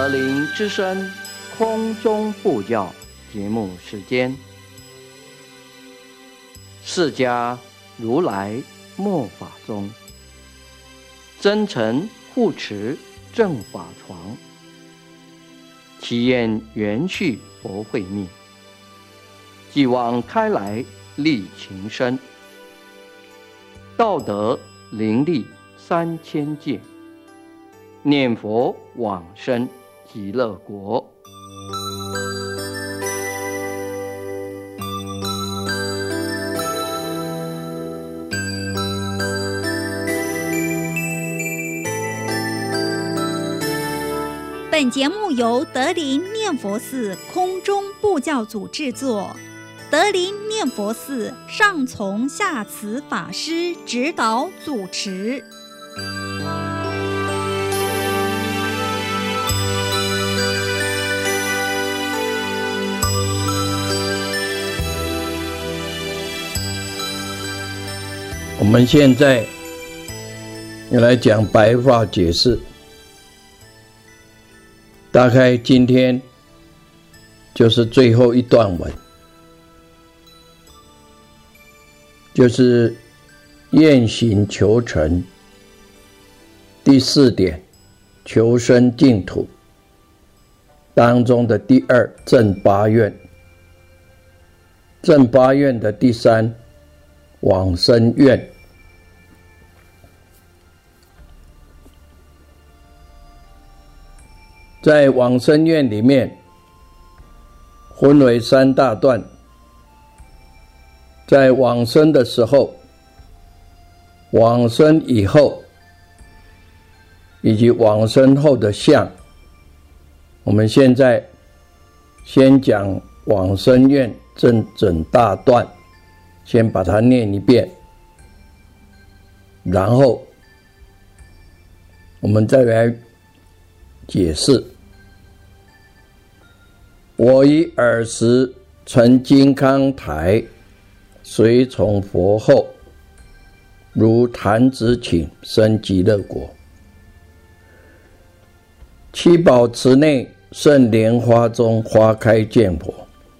德林之声空中布教节目时间，释迦如来末法中，真诚护持正法床，祈愿延续佛慧命，继往开来立情深，道德灵力3000界，念佛往生极乐国。 本节目由德林念佛寺空中布教组制作，德林念佛寺上从下慈法师指导主持。 我们现在要来讲白话解释，大概今天就是最后一段文，就是愿行求成第4点，求生净土当中的第2正八愿，正八愿的第3往生愿。在往生愿里面分为3大段，在往生的时候、往生以后以及往生后的相。我们现在先讲往生愿整大段，先把它念一遍，然后我们再来解释。我以尔时乘金刚台，随从佛后，如弹指顷生极乐国。七宝池内圣莲花中花开见佛，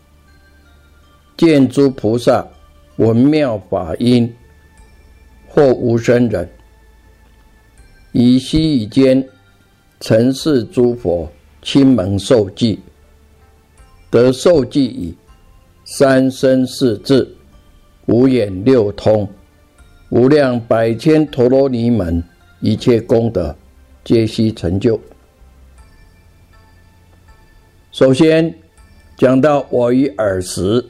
见诸菩萨闻妙法音，或无生人，以西以间尘世诸佛亲蒙受记，得受记已，三身四智，五眼六通，无量百千陀罗尼门，一切功德皆悉成就。首先讲到我以尔时，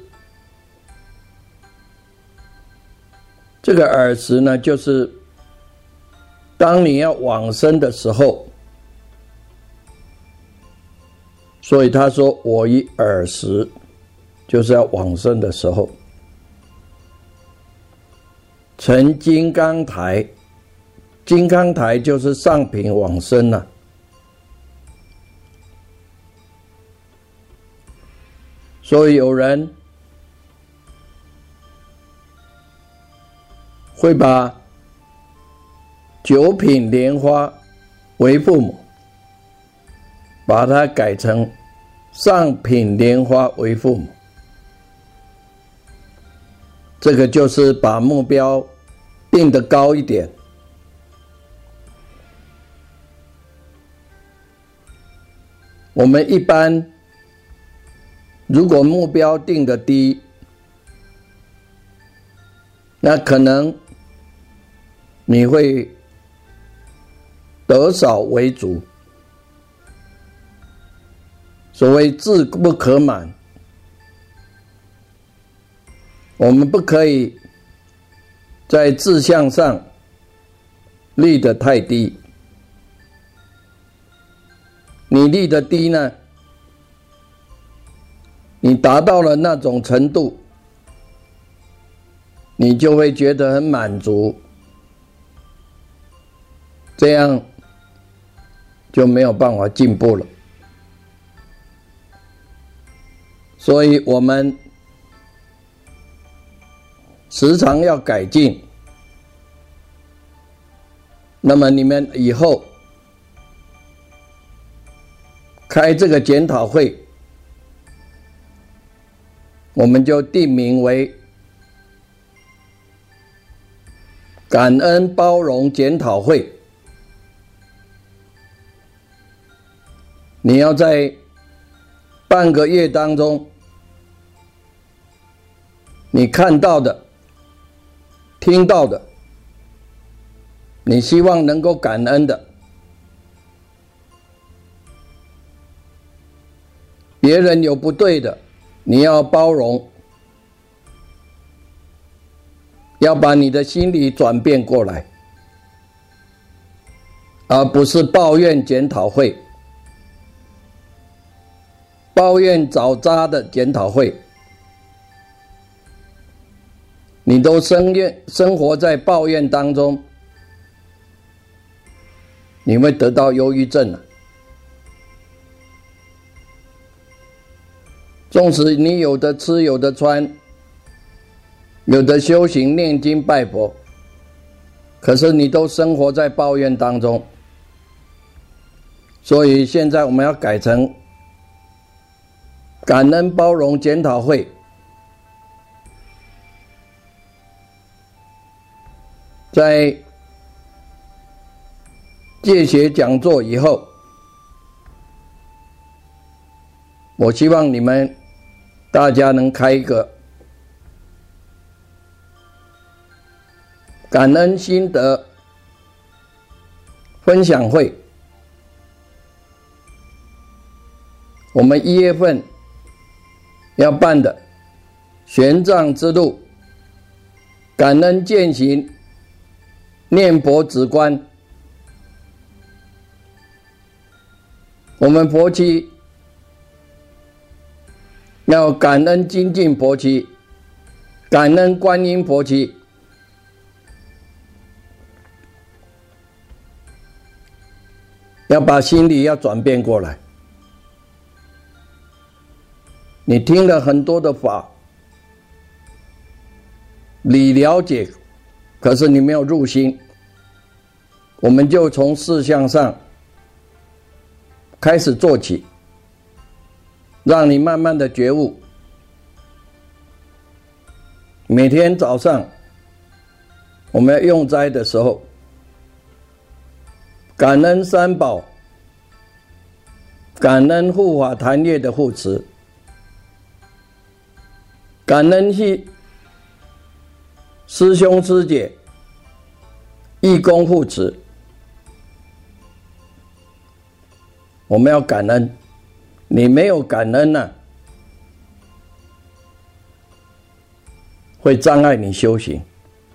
这个尔时呢，就是当你要往生的时候，所以他说我以尔时，就是要往生的时候，乘金刚台，金刚台就是上品往生啊。所以有人会把9品莲花为父母，把它改成上品莲花为父母，这个就是把目标定得高一点。我们一般如果目标定得低，那可能你会得少为主。所谓志不可满，我们不可以在志向上立得太低。你立得低呢，你达到了那种程度，你就会觉得很满足，这样就没有办法进步了。所以我们时常要改进。那么你们以后开这个检讨会，我们就定名为感恩包容检讨会。你要在半个月当中，你看到的、听到的，你希望能够感恩的，别人有不对的，你要包容，要把你的心理转变过来，而不是抱怨检讨会，抱怨找茬的检讨会。你都生活在抱怨当中，你会得到忧郁症了。纵使你有的吃，有的穿，有的修行念经拜佛，可是你都生活在抱怨当中。所以现在我们要改成感恩包容检讨会。在戒学讲座以后，我希望你们大家能开一个感恩心得分享会。我们1月份要办的玄奘之路感恩践行念佛止观，我们佛期要感恩精进佛期，感恩观音佛期，要把心理要转变过来。你听了很多的法，你了解，可是你没有入心，我们就从事项上开始做起，让你慢慢的觉悟。每天早上我们要用斋的时候，感恩三宝，感恩护法坛业的护持，感恩师兄师姐义工护持，我们要感恩。你没有感恩呢，会障碍你修行。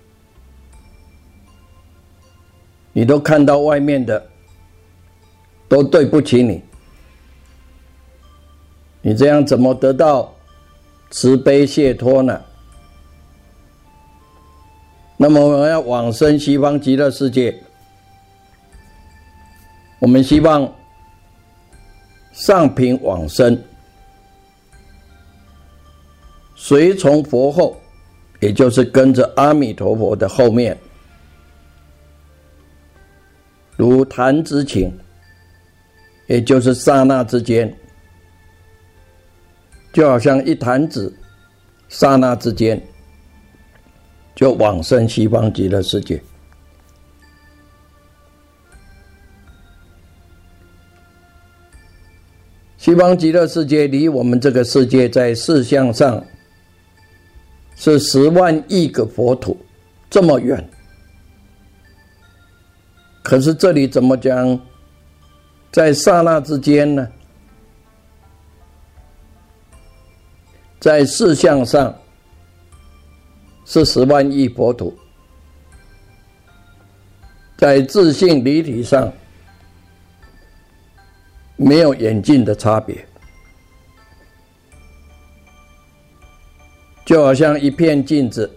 你都看到外面的都对不起你，你这样怎么得到慈悲解脱呢？那么我们要往生西方极乐世界，我们希望上品往生，随从佛后，也就是跟着阿弥陀佛的后面，如弹指顷，也就是刹那之间，就好像一弹指，刹那之间就往生西方极乐世界。西方极乐世界离我们这个世界在事相上是10万亿个佛土，这么远。可是这里怎么讲，在刹那之间呢？在事相上是10万亿佛土，在自性离体上没有远近的差别，就好像一片镜子，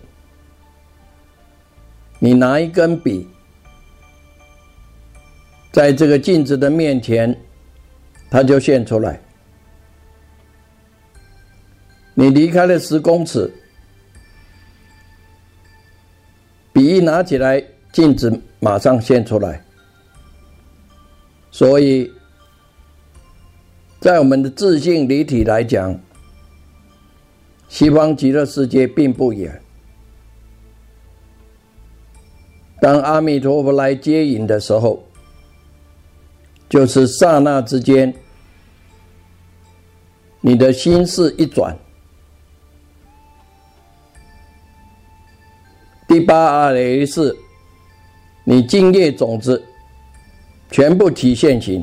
你拿一根笔在这个镜子的面前，它就现出来。你离开了10公尺，笔一拿起来，镜子马上现出来。所以在我们的自性离体来讲，西方极乐世界并不远。当阿弥陀佛来接引的时候，就是刹那之间，你的心事一转，第八阿赖耶识，你净业种子全部体现行，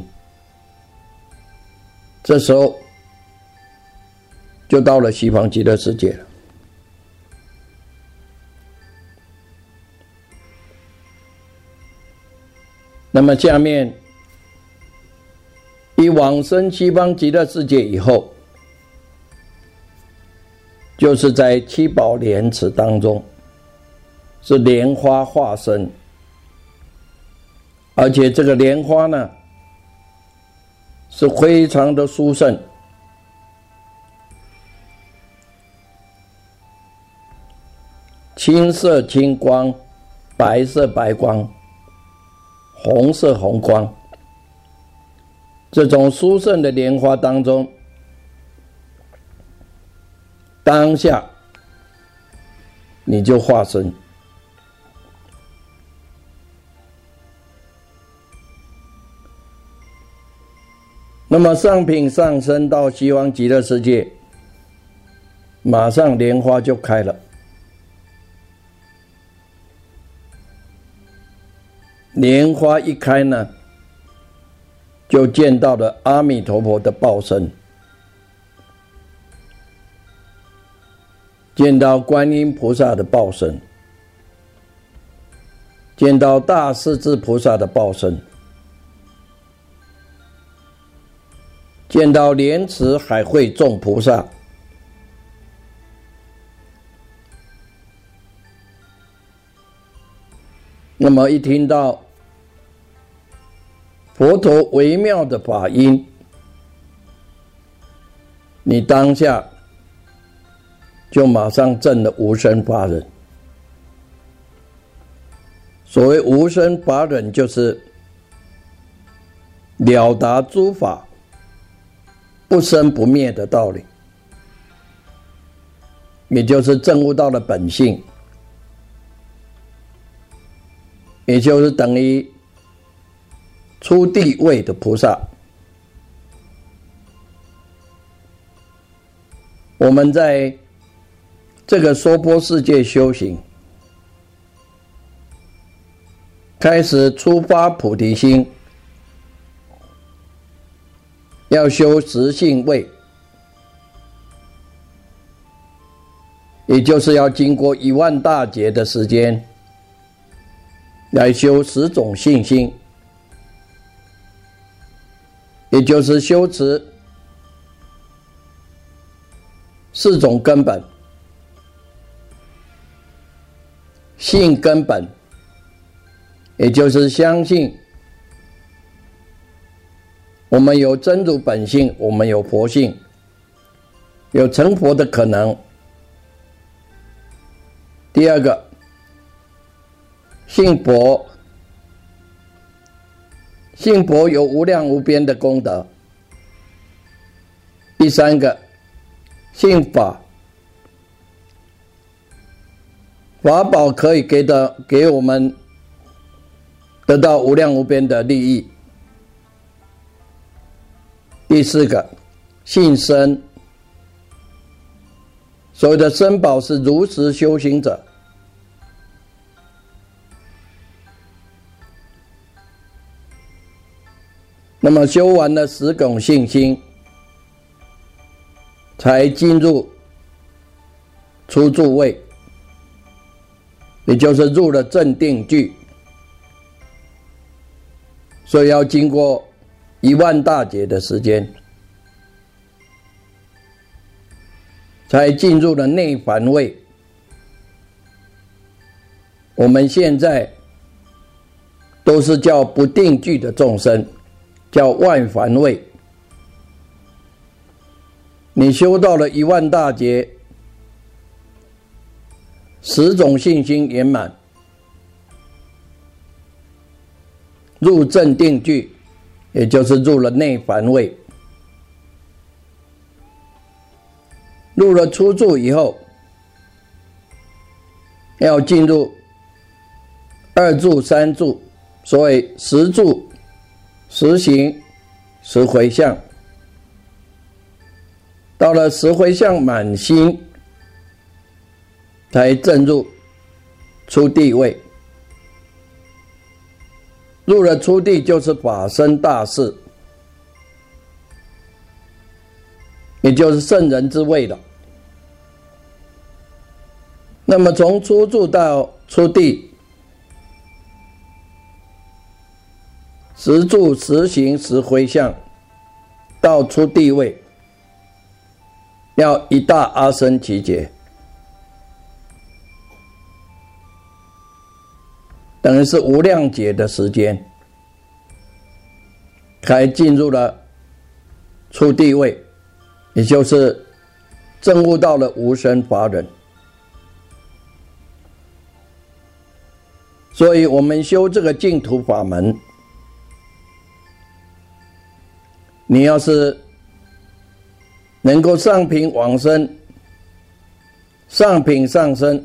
这时候就到了西方极乐世界了。那么下面一往生西方极乐世界以后，就是在七宝莲池当中，是莲花化身，而且这个莲花呢是非常的殊胜，青色青光，白色白光，红色红光，这种殊胜的莲花当中，当下你就化身。那么上品上升到西方极乐世界，马上莲花就开了。莲花一开呢，就见到了阿弥陀佛的报身，见到观音菩萨的报身，见到大势至菩萨的报身，见到莲池海会众菩萨，那么一听到佛陀微妙的法音，你当下就马上证了无生法忍。所谓无生法忍，就是了达诸法不生不灭的道理，也就是证悟到了本性，也就是等于初地位的菩萨。我们在这个娑婆世界修行，开始出发菩提心，要修实性位，也就是要经过10000大劫的时间来修10种信心，也就是修持4种根本。信根本，也就是相信我们有真如本性，我们有佛性，有成佛的可能。第二个，信佛，信佛有无量无边的功德。第三个，信法，法宝可以给我们得到无量无边的利益。第四个，信身，所谓的身宝是如实修行者。那么修完了10种信心，才进入初住位，也就是入了正定句，所以要经过10000大劫的时间，才进入了内凡位。我们现在都是叫不定句的众生，叫外凡位。你修到了10000大劫，10种信心圆满，入正定句，也就是入了内凡位， 入了初住以后，要进入二住、三住，所谓十住、十行、十回向。到了十回向满心，才正入初地位。入了初地就是法身大士，也就是圣人之位了。那么从初住到初地，十住、十行、十回向，到初地位，要一大阿僧祇劫，等于是无量劫的时间，才进入了初地位，也就是证悟到了无生法忍。所以我们修这个净土法门，你要是能够上品往生，上品上升，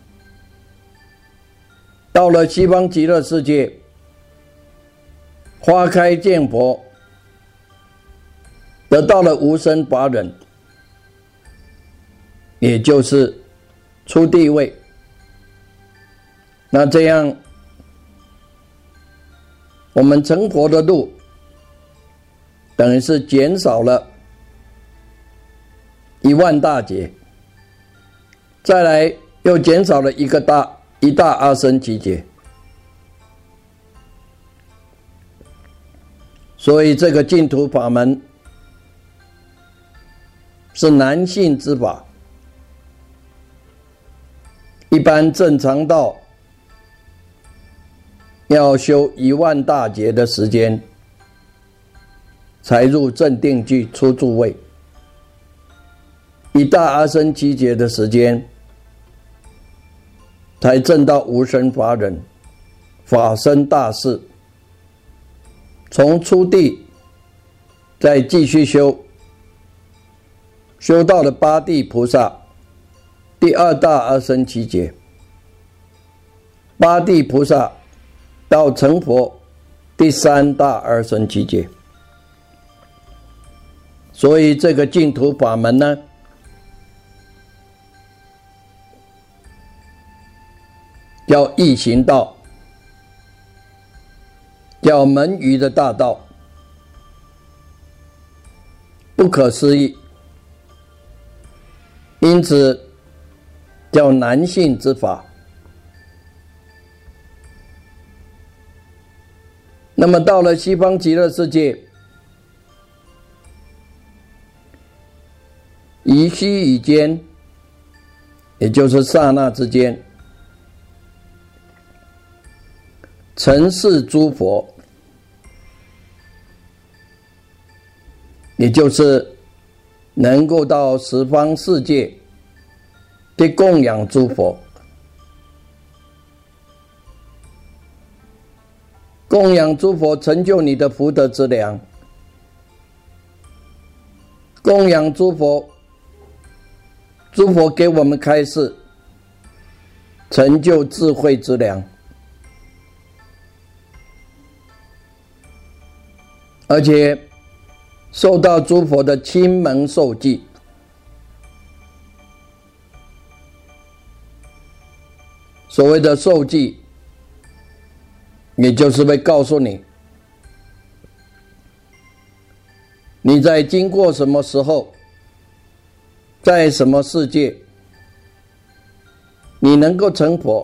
到了西方极乐世界，花开见佛，得到了无生法忍，也就是初地位。那这样我们成佛的路等于是减少了10000大劫，再来又减少了一大阿僧祇劫。所以这个净土法门是难信之法，一般正常道要修10000大劫的时间，才入正定具初住位，一大阿僧祇劫的时间，才证到无生法忍，法身大士。从初地再继续修，修到了八地菩萨第2大阿僧祇劫，八地菩萨到成佛第3大阿僧祇劫。所以这个净土法门呢，叫易行道，叫门隅的大道，不可思议，因此叫难信之法。那么到了西方极乐世界，一须臾间，也就是刹那之间，成世诸佛，也就是能够到十方世界去供养诸佛，供养诸佛，成就你的福德之粮；供养诸佛，诸佛给我们开示，成就智慧之粮。而且受到诸佛的亲门授记，所谓的授记，也就是会告诉你，你在经过什么时候，在什么世界，你能够成佛，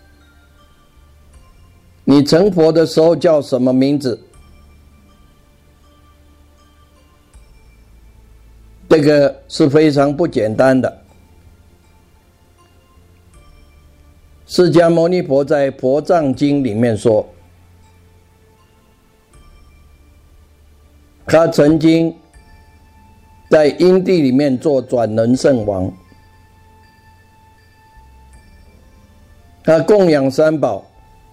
你成佛的时候叫什么名字，这个是非常不简单的。释迦牟尼佛在《佛藏经》里面说，他曾经在因地里面做转轮圣王，他供养三宝，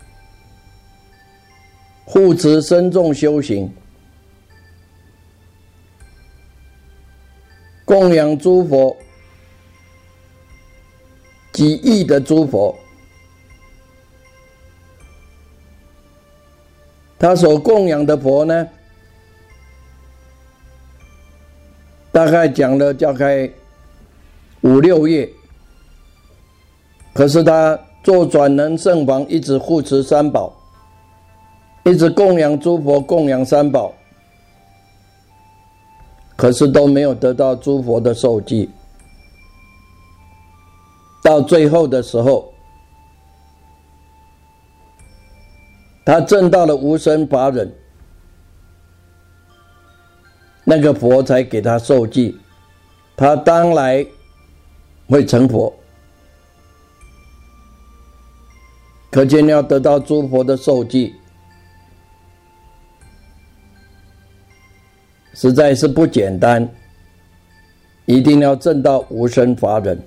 护持僧众修行，供养诸佛， 几亿的诸佛，他所供养的佛呢，大概讲了大概5、6月，可是他做转能圣房，一直护持三宝，一直供养诸佛，供养三宝，可是都没有得到诸佛的受记。到最后的时候，他证到了无生法忍，那个佛才给他受记，他当来会成佛。可见要得到诸佛的受记，实在是不简单，一定要证到无生法忍。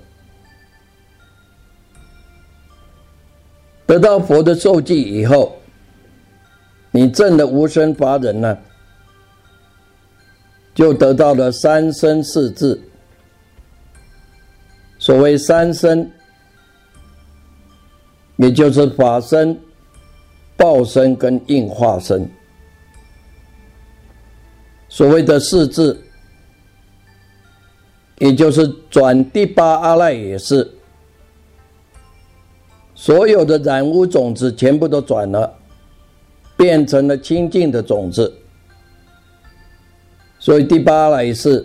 得到佛的受记以后，你证了无生法忍呢，就得到了三身四智。所谓三身，也就是法身、报身跟应化身。所谓的四智，也就是转第八阿赖耶识，所有的染污种子全部都转了，变成了清净的种子。所以第八阿赖耶识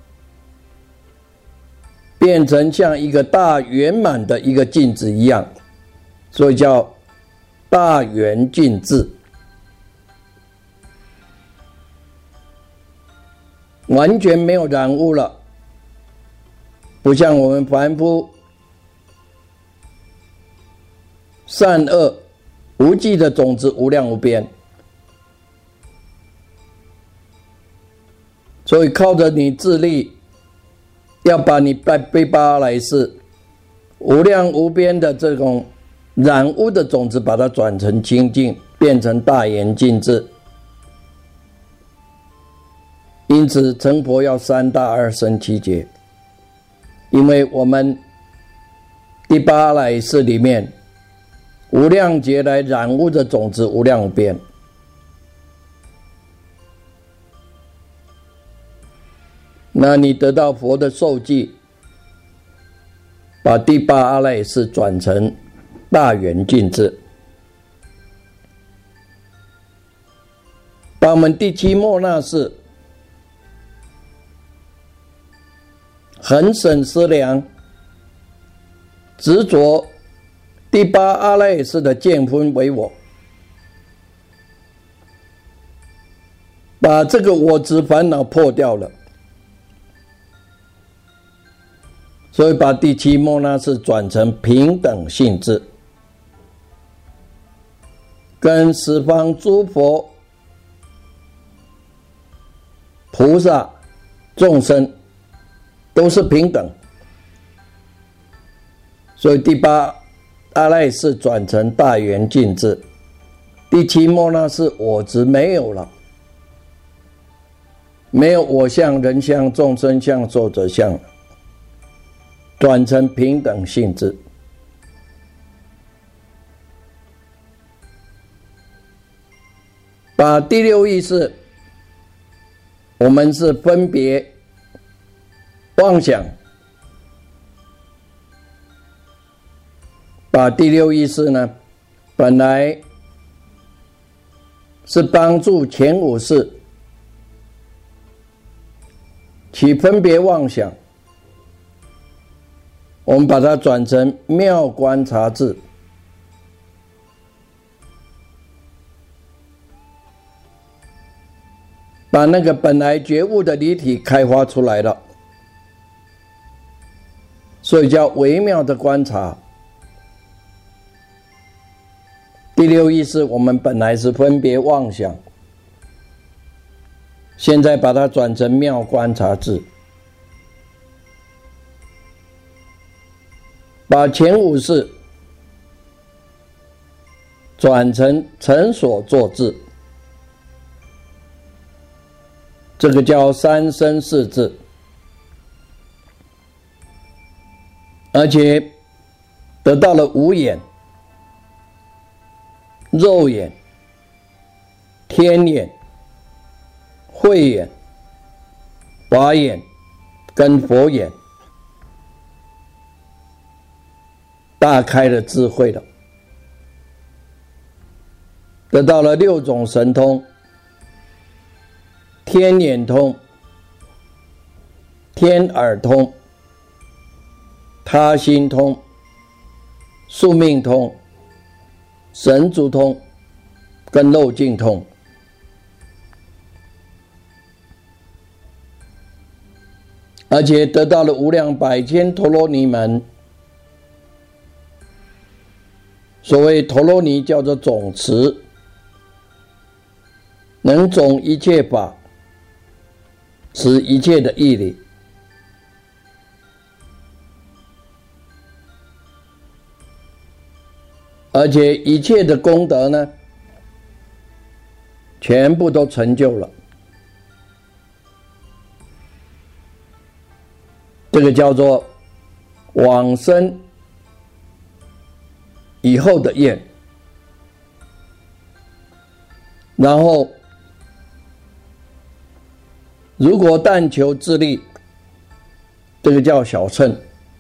变成像一个大圆满的一个镜子一样，所以叫大圆镜智，完全没有染污了，不像我们凡夫善恶无记的种子无量无边，所以靠着你自力，要把你第八阿赖耶识无量无边的这种染污的种子，把它转成清净，变成大圆镜智。因此成佛要3大2生7劫，因为我们第八阿赖耶识里面无量劫来染污的种子无量无边，那你得到佛的受记，把第八阿赖耶识转成大圆镜智，把我们第七末那识恒审思量，执着第八阿赖耶识的见分为我，把这个我执烦恼破掉了，所以把第七末那识转成平等性智，跟十方诸佛菩萨众生都是平等，所以第八阿赖耶识转成大圆镜智，第七末那识我执没有了，没有我相、人相、众生相、寿者相，转成平等性智。把第六意识，我们是分别妄想，把第六意识呢，本来是帮助前五识起分别妄想，我们把它转成妙观察智，把那个本来觉悟的离体开发出来了，所以叫微妙的观察。第六意识我们本来是分别妄想，现在把它转成妙观察智，把前五识转成成所作智，这个叫三身四智。而且得到了五眼、肉眼、天眼、慧眼、法眼跟佛眼，大开了智慧了，得到了6种神通：天眼通、天耳通、他心通、宿命通、神足通跟漏尽通。而且得到了无量百千陀罗尼门。所谓陀罗尼叫做总持，能总一切法，持一切的义理。而且一切的功德呢，全部都成就了。这个叫做往生以后的愿。然后如果但求自利，这个叫小乘。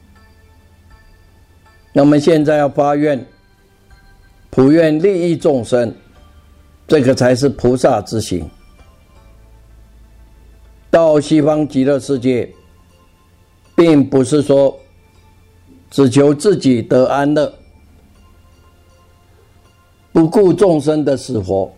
那么现在要发愿，普愿利益众生，这个才是菩萨之行。到西方极乐世界，并不是说只求自己得安乐，不顾众生的死活。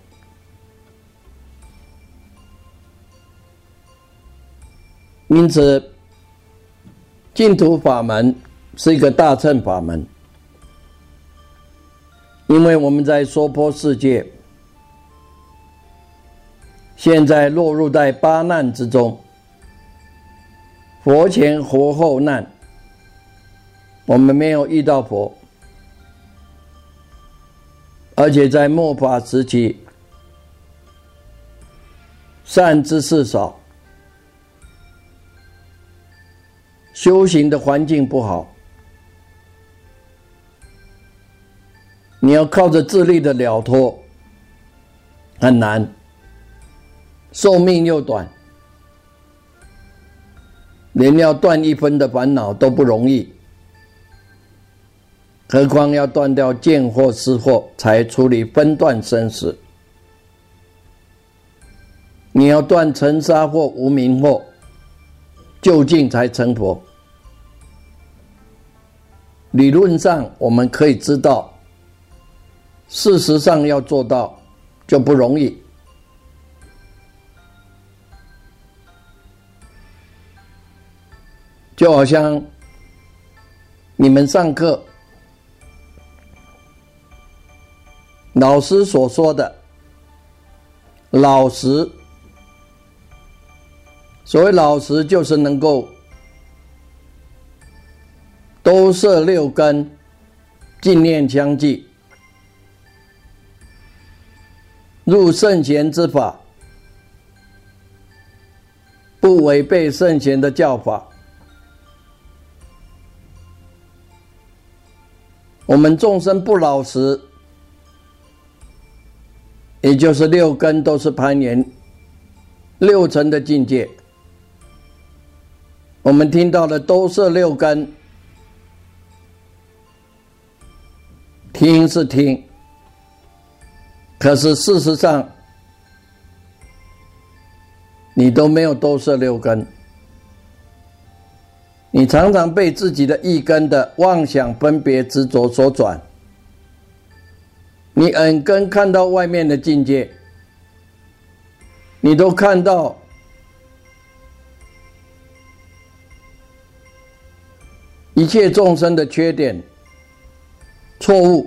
因此净土法门是一个大乘法门，因为我们在娑婆世界现在落入在八难之中，佛前佛后难，我们没有遇到佛，而且在末法时期，善知识少，修行的环境不好，你要靠着自力的了脱很难，寿命又短，连要断1分的烦恼都不容易，何况要断掉见惑思惑，才处理分段生死。你要断尘沙惑、无明惑，究竟才成佛。理论上我们可以知道，事实上要做到就不容易。就好像你们上课，老师所说的老实，所谓老实就是能够兜摄6根，净念相继，入圣贤之法，不违背圣贤的教法。我们众生不老实，也就是6根都是攀缘6层的境界。我们听到了兜摄6根，听是听，可是事实上你都没有兜摄6根，你常常被自己的意根的妄想分别执着所转，你耳根看到外面的境界，你都看到一切众生的缺点、错误，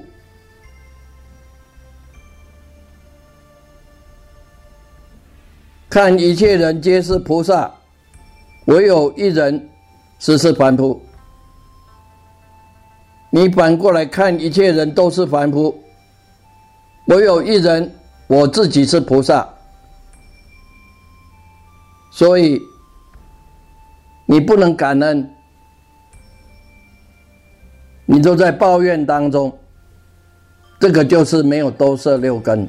看一切人皆是菩萨，唯有一人是凡夫。你反过来看一切人都是凡夫，唯有一人我自己是菩萨。所以你不能感恩，你你都在抱怨当中，这个就是没有多摄六根，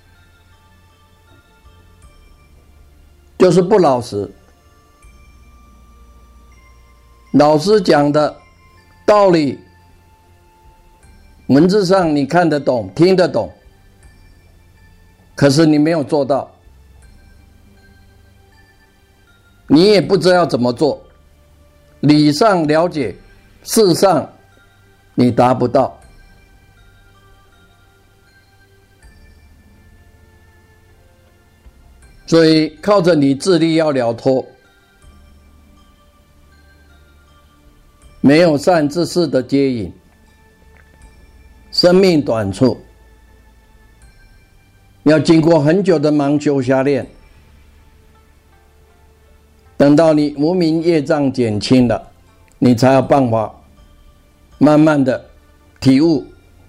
就是不老实。老师讲的道理，文字上你看得懂、听得懂，可是你没有做到，你也不知道怎么做。理上了解，事上你达不到。所以靠着你自力要了脱，没有善知识的接引，生命短促，要经过很久的盲修瞎练，等到你无明业障减轻了，你才有办法慢慢的体悟。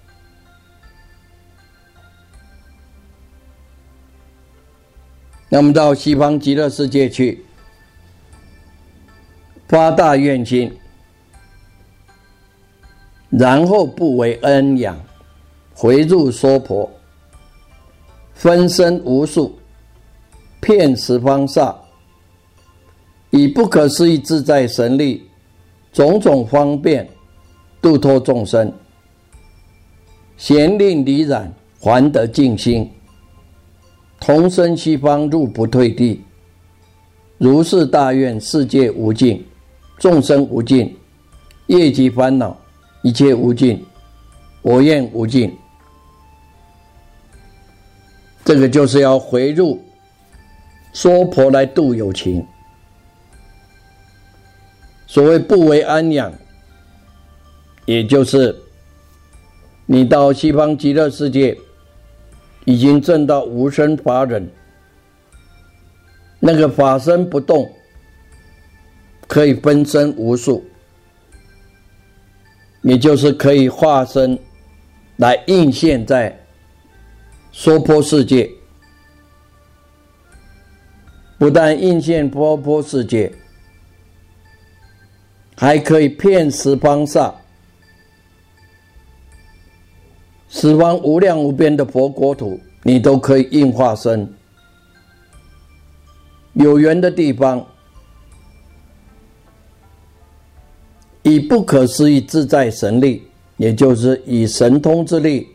那么到西方极乐世界去，发大愿心，然后不为恩养，回入娑婆，分身无数，遍十方刹，以不可思议自在神力，种种方便度脱众生，咸令离染，还得净心，同生西方，入不退地。如是大愿，世界无尽，众生无尽，业及烦恼一切无尽，我愿无尽。这个就是要回入娑婆来度有情。所谓不为安养，也就是你到西方极乐世界已经证到无生法忍，那个法身不动，可以分身无数，也就是可以化身来应现在娑婆世界。不但应现娑婆世界，还可以遍十方刹，十方无量无边的佛国土，你都可以应化身。有缘的地方，以不可思议自在神力，也就是以神通之力，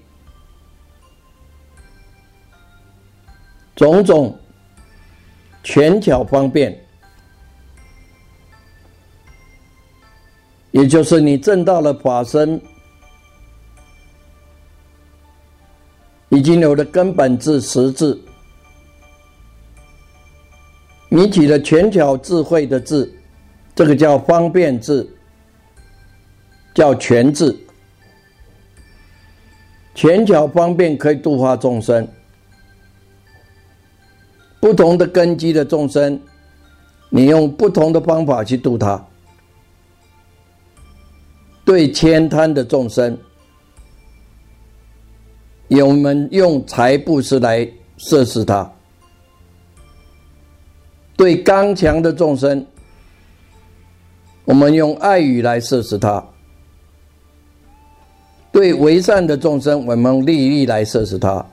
种种权巧方便，也就是你证到了法身，已经有了根本智实智，你起了权巧智慧的智，这个叫方便智，叫权智。权巧方便可以度化众生，不同的根基的众生，你用不同的方法去度他。对悭贪的众生，我们用财布施来摄持他；对刚强的众生，我们用爱语来摄持他；对为善的众生，我们用利益来摄持他；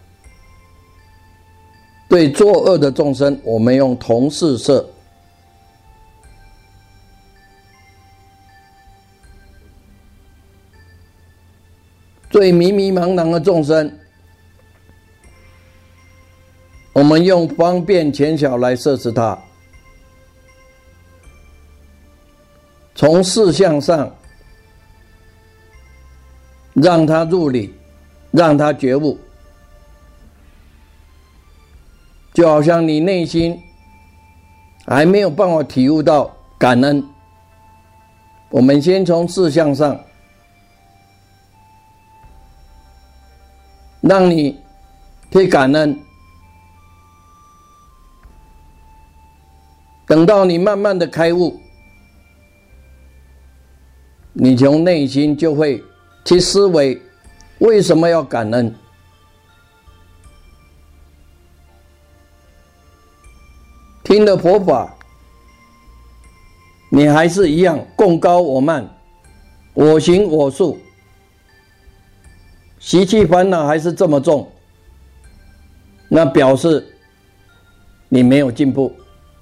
对作恶的众生，我们用同事摄。对迷迷茫茫的众生，我们用方便权巧来摄持他。从事相上让他入理，让他觉悟，就好像你内心还没有办法体悟到感恩，我们先从事相上让你去感恩，等到你慢慢的开悟，你从内心就会去思维为什么要感恩。听了佛法，你还是一样贡高我慢，我行我素， 习气烦恼还是这么重，那表示你没有进步，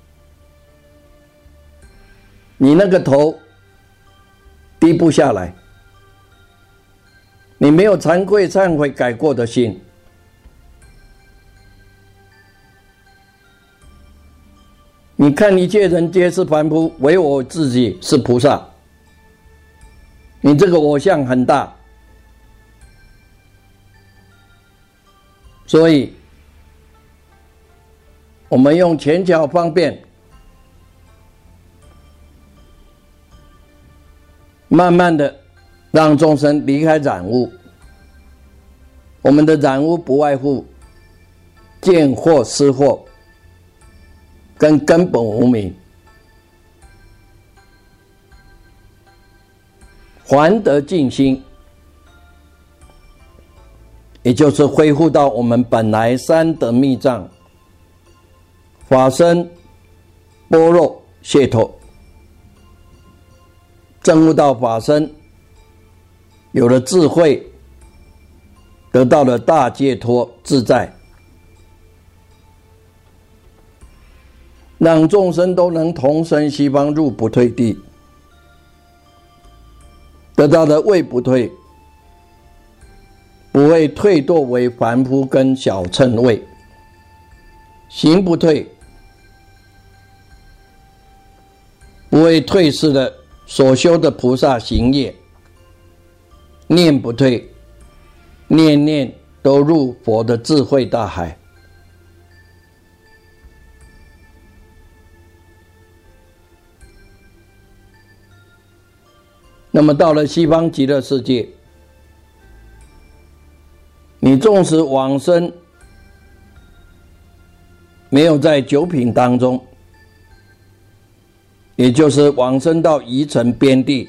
你那个头低不下来，你没有惭愧忏悔改过的心。你看一切人皆是凡夫，唯我自己是菩萨，你这个我相很大。所以我们用前巧方便，慢慢的让众生离开染污。我们的染污不外乎见惑思惑跟根本无明，还得净心，也就是恢复到我们本来三德密藏法身般若解脱，证悟到法身，有了智慧，得到了大解脱自在，让众生都能同生西方入不退地，得到的位不退，不会退堕为凡夫跟小乘位，行不退，不会退失了所修的菩萨行业，念不退，念念都入佛的智慧大海。那么到了西方极乐世界，你纵使往生没有在九品当中，也就是往生到夷城边地，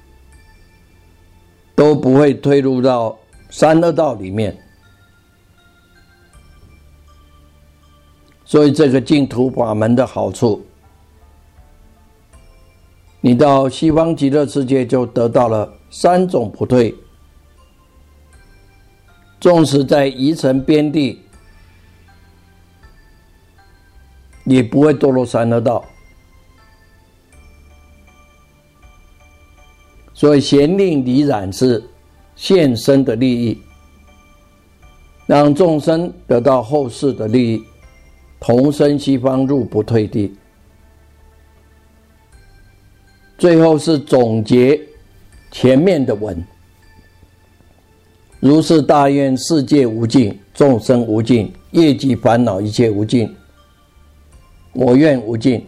都不会退入到三恶道里面。所以这个净土法门的好处，你到西方极乐世界就得到了三种不退，纵使在夷城边地，也不会堕落三恶道。所以咸令离染是现身的利益，让众生得到后世的利益，同生西方入不退地。最后是总结前面的文：如是大愿世界无尽，众生无尽，业及烦恼一切无尽，我愿无尽。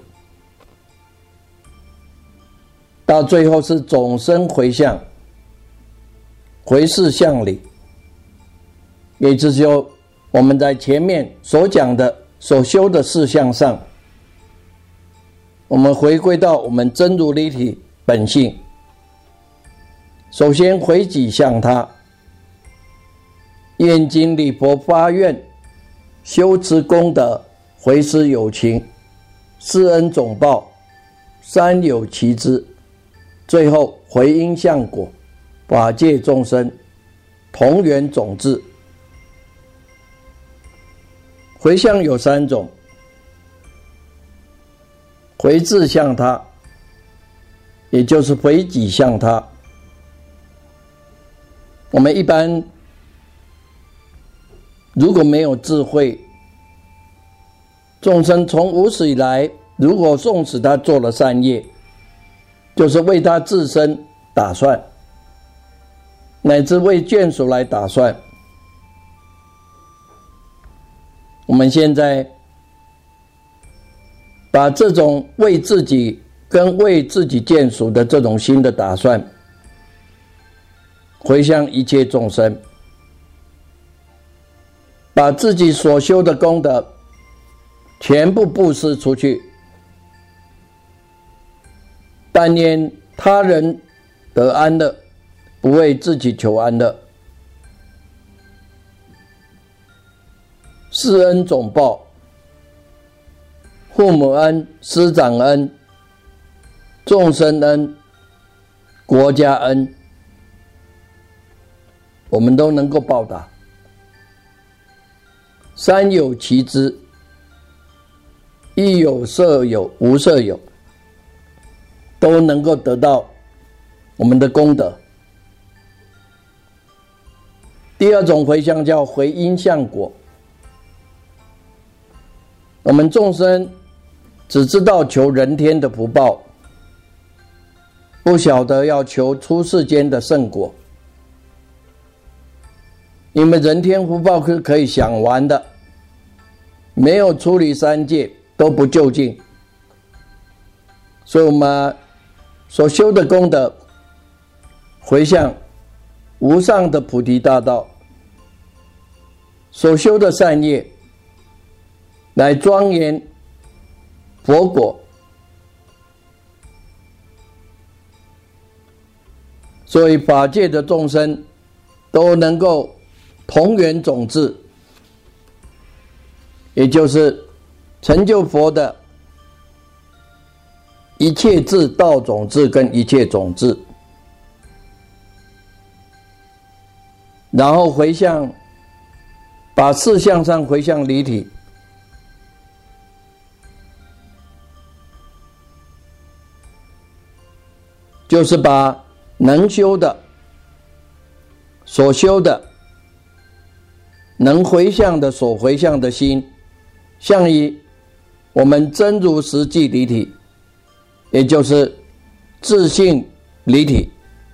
到最后是总生回向，回视向理，也就是说我们在前面所讲的所修的事项上，我们回归到我们真如离体本性，首先回己向他，念经礼佛发愿，修持功德，回施有情，施恩总报，三有其之，最后回因向果，法界众生同源种智。回向有三种：回志向他，也就是回己向他。我们一般如果没有智慧，众生从无始以来，如果纵使他做了善业，就是为他自身打算，乃至为眷属来打算。我们现在把这种为自己跟为自己眷属的这种新的打算，回向一切众生，把自己所修的功德全部布施出去，但愿他人得安乐，不为自己求安乐。施恩总报，父母恩、师长恩、众生恩、国家恩， 我们都能够报答。三有其之，亦有色有无色有，都能够得到我们的功德。第二种回向叫回因向果。我们众生只知道求人天的福报，不晓得要求出世间的圣果。因为人天福报是可以享完的，没有出离三界都不究竟。所以我们所修的功德回向无上的菩提大道，所修的善业来庄严佛果。所以法界的众生都能够同源种智，也就是成就佛的一切智道种智跟一切种智，然后回向，把事向上回向离体，就是把能修的、所修的、能回向的、所回向的心，向以我们真如实际离体，也就是自性离体。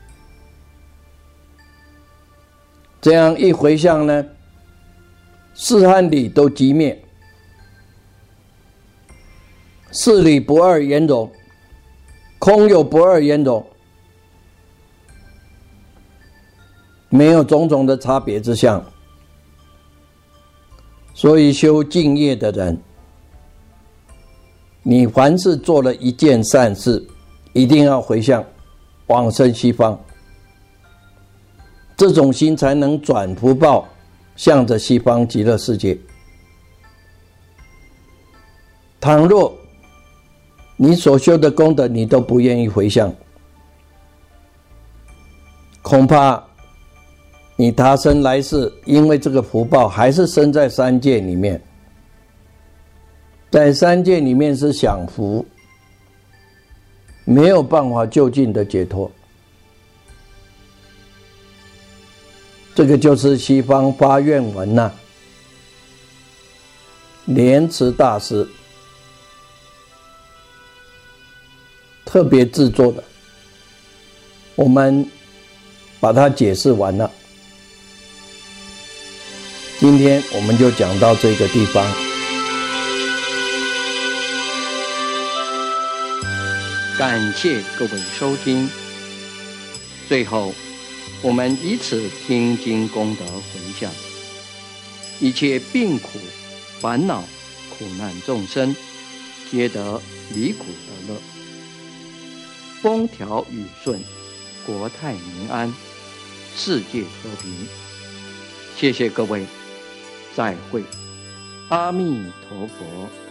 这样一回向呢，事和理都寂灭，事理不二圆融，空有不二圆融，没有种种的差别之相。所以修净业的人，你凡是做了一件善事，一定要回向往生西方，这种心才能转福报，向着西方极乐世界。倘若你所修的功德你都不愿意回向，恐怕你他生来世因为这个福报还是生在三界里面，在三界里面是享福，没有办法就近的解脱。这个就是西方发愿文呐，莲池大师特别制作的，我们把它解释完了。今天我们就讲到这个地方。 感谢各位收听。最后，我们以此听经功德回向，一切病苦、烦恼、苦难众生，皆得离苦得乐，风调雨顺，国泰民安，世界和平。谢谢各位。再会，阿弥陀佛。